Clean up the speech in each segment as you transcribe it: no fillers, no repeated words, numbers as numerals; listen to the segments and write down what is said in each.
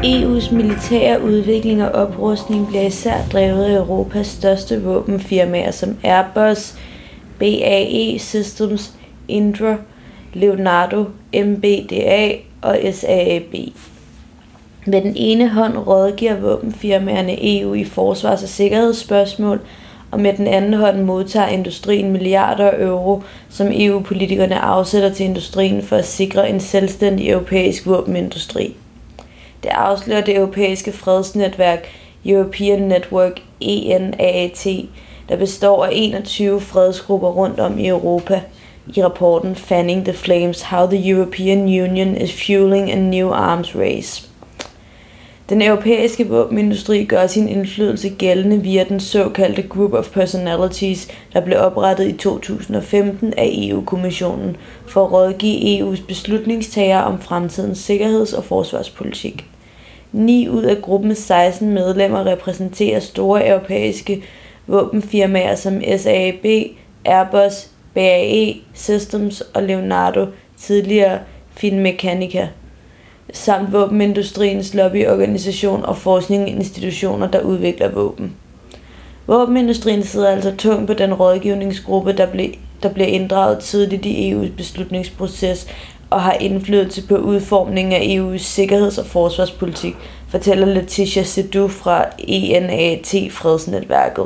EU's militære udvikling og oprustning bliver især drevet af Europas største våbenfirmaer som Airbus, BAE Systems, Indra, Leonardo, MBDA og SAAB. Med den ene hånd rådgiver våbenfirmaerne EU i forsvars- og sikkerhedsspørgsmål, og med den anden hånd modtager industrien milliarder af euro, som EU-politikerne afsætter til industrien for at sikre en selvstændig europæisk våbenindustri. Det afslører det europæiske fredsnetværk European Network ENAAT, der består af 21 fredsgrupper rundt om i Europa, i rapporten Fanning the Flames: How the European Union is Fueling a New Arms Race. Den europæiske våbenindustri gør sin indflydelse gældende via den såkaldte Group of Personalities, der blev oprettet i 2015 af EU-kommissionen for at rådgive EU's beslutningstagere om fremtidens sikkerheds- og forsvarspolitik. 9 ud af gruppens 16 medlemmer repræsenterer store europæiske våbenfirmaer som SAAB, Airbus, BAE Systems og Leonardo, tidligere Finmeccanica, samt våbenindustriens lobbyorganisation og forskningsinstitutioner, der udvikler våben. Våbenindustrien sidder altså tungt på den rådgivningsgruppe, der bliver inddraget tidligt i EU's beslutningsproces og har indflydelse på udformningen af EU's sikkerheds- og forsvarspolitik, fortæller Letitia Seydoux fra ENAAT Fredsnetværket.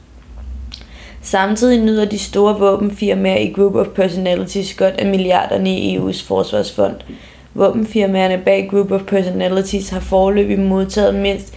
Samtidig nyder de store våbenfirmaer i Group of Personalities godt af milliarderne i EU's forsvarsfond. Våbenfirmaerne bag Group of Personalities har foreløbig modtaget mindst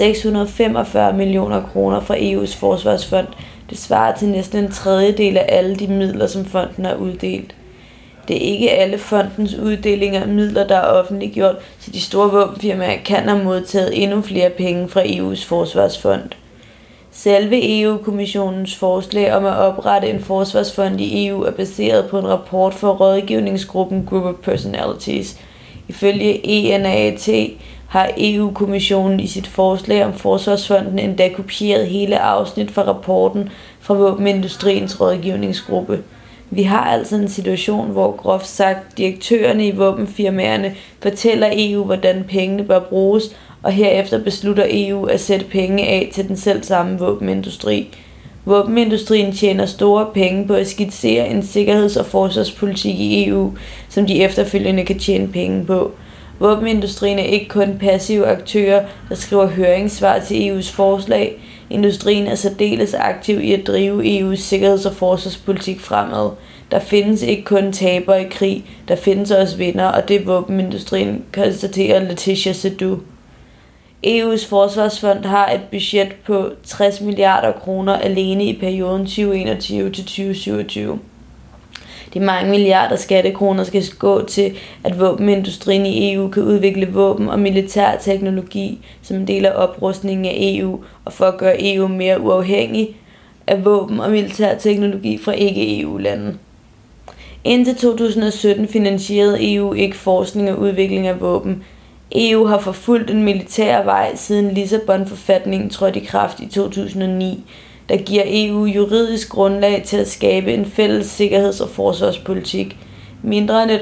645 millioner kroner fra EU's forsvarsfond. Det svarer til næsten en tredjedel af alle de midler, som fonden har uddelt. Det er ikke alle fondens uddelinger af midler, der er offentliggjort, så de store våbenfirmaer kan have modtaget endnu flere penge fra EU's forsvarsfond. Selve EU-kommissionens forslag om at oprette en forsvarsfond i EU er baseret på en rapport fra rådgivningsgruppen Group of Personalities. Ifølge ENAAT har EU-kommissionen i sit forslag om forsvarsfonden endda kopieret hele afsnit fra rapporten fra våbenindustriens rådgivningsgruppe. Vi har altså en situation, hvor groft sagt direktørerne i våbenfirmaerne fortæller EU, hvordan pengene bør bruges, og herefter beslutter EU at sætte penge af til den selv samme våbenindustri. Våbenindustrien tjener store penge på at skitsere en sikkerheds- og forsvarspolitik i EU, som de efterfølgende kan tjene penge på. Våbenindustrien er ikke kun passive aktører, der skriver høringssvar til EU's forslag. Industrien er særdeles aktiv i at drive EU's sikkerheds- og forsvarspolitik fremad. Der findes ikke kun tabere i krig, der findes også vindere, og det er våbenindustrien, konstaterer Letitia Seydoux. EU's forsvarsfond har et budget på 60 milliarder kroner alene i perioden 2021 til 2027. De mange milliarder skattekroner skal gå til, at våbenindustrien i EU kan udvikle våben og militær teknologi som en del af oprustningen af EU, og for at gøre EU mere uafhængig af våben og militær teknologi fra ikke-EU-lande. Indtil 2017 finansierede EU ikke forskning og udvikling af våben. EU har forfulgt en militær vej siden Lissabon-forfatningen trådte i kraft i 2009, der giver EU juridisk grundlag til at skabe en fælles sikkerheds- og forsvarspolitik. Mindre end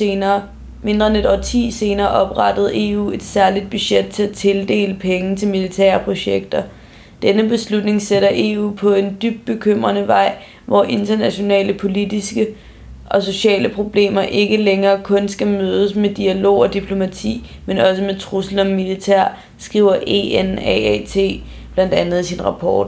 et årti senere oprettede EU et særligt budget til at tildele penge til militære projekter. Denne beslutning sætter EU på en dybt bekymrende vej, hvor internationale politiske og sociale problemer ikke længere kun skal mødes med dialog og diplomati, men også med trusler om militær, skriver ENAAT blandt andet i sin rapport.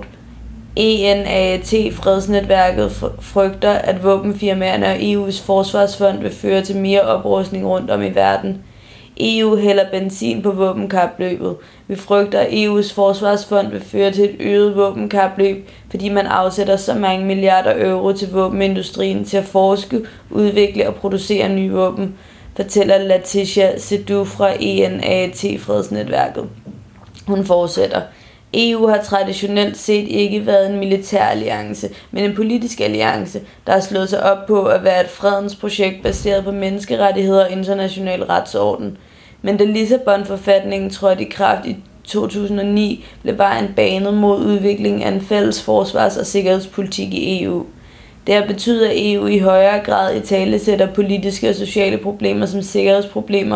ENAAT Fredsnetværket frygter, at våbenfirmaerne og EU's forsvarsfond vil føre til mere oprustning rundt om i verden. EU hælder benzin på våbenkapløbet. Vi frygter, at EU's forsvarsfond vil føre til et øget våbenkapløb, fordi man afsætter så mange milliarder euro til våbenindustrien til at forske, udvikle og producere nye våben, fortæller Letitia Seydoux fra ENAAT Fredsnetværket. Hun fortsætter: EU har traditionelt set ikke været en militær alliance, men en politisk alliance, der har slået sig op på at være et fredens projekt baseret på menneskerettigheder og international retsorden. Men da Lissabon-forfatningen trådte i kraft i 2009, blev vejen banet mod udviklingen af en fælles forsvars- og sikkerhedspolitik i EU. Det har betydet, at EU i højere grad italesætter politiske og sociale problemer som sikkerhedsproblemer,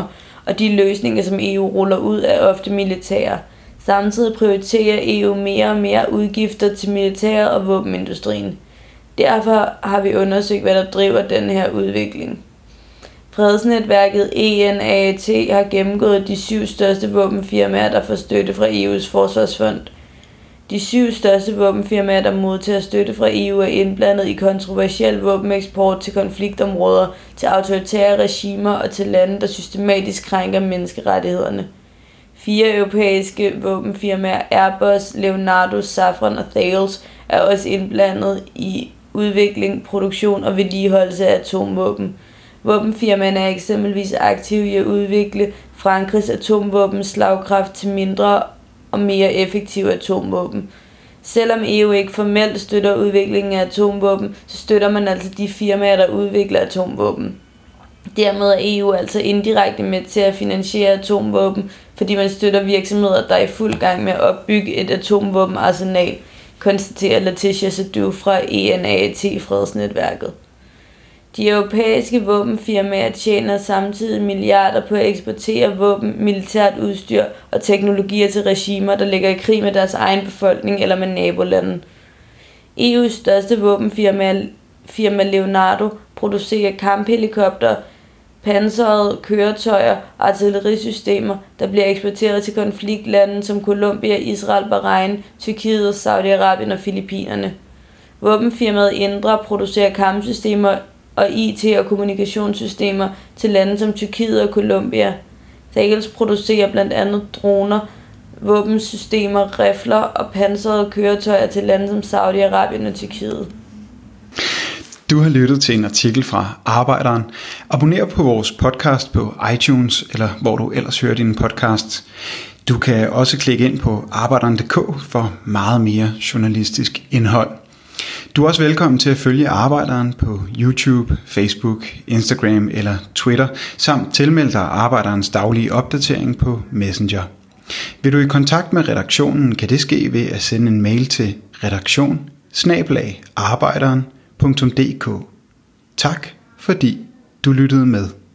og de løsninger, som EU ruller ud, er ofte militære. Samtidig prioriterer EU mere og mere udgifter til militæret og våbenindustrien. Derfor har vi undersøgt, hvad der driver denne her udvikling. Fredsnetværket ENAAT har gennemgået de 7 største våbenfirmaer, der får støtte fra EU's forsvarsfond. De 7 største våbenfirmaer, der modtager støtte fra EU, er indblandet i kontroversiel våbeneksport til konfliktområder, til autoritære regimer og til lande, der systematisk krænker menneskerettighederne. 4 europæiske våbenfirmaer, Airbus, Leonardo, Safran og Thales, er også indblandet i udvikling, produktion og vedligeholdelse af atomvåben. Våbenfirmaerne er eksempelvis aktive i at udvikle Frankrigs atomvåbens slagkraft til mindre og mere effektive atomvåben. Selvom EU ikke formelt støtter udviklingen af atomvåben, så støtter man altså de firmaer, der udvikler atomvåben. Dermed er EU altså indirekte med til at finansiere atomvåben, fordi man støtter virksomheder, der er i fuld gang med at opbygge et atomvåbenarsenal, konstaterer Letitia Sadu fra ENAAT-fredsnetværket. De europæiske våbenfirmaer tjener samtidig milliarder på at eksportere våben, militært udstyr og teknologier til regimer, der ligger i krig med deres egen befolkning eller med nabolanden. EU's største våbenfirma Leonardo producerer kamphelikoptere, pansrede køretøjer og artillerisystemer, der bliver eksporteret til konfliktlande som Colombia, Israel, Bahrain, Tyrkiet, Saudi-Arabien og Filippinerne. Våbenfirmaet Indra producerer kampsystemer og IT- og kommunikationssystemer til lande som Tyrkiet og Colombia. Thales producerer blandt andet droner, våbensystemer, rifler og pansrede køretøjer til lande som Saudi-Arabien og Tyrkiet. Du har lyttet til en artikel fra Arbejderen. Abonner på vores podcast på iTunes, eller hvor du ellers hører dine podcasts. Du kan også klikke ind på arbejderen.dk for meget mere journalistisk indhold. Du er også velkommen til at følge Arbejderen på YouTube, Facebook, Instagram eller Twitter, samt tilmelde dig Arbejderens daglige opdatering på Messenger. Vil du i kontakt med redaktionen, kan det ske ved at sende en mail til redaktion@arbejderen.dk. Tak fordi du lyttede med.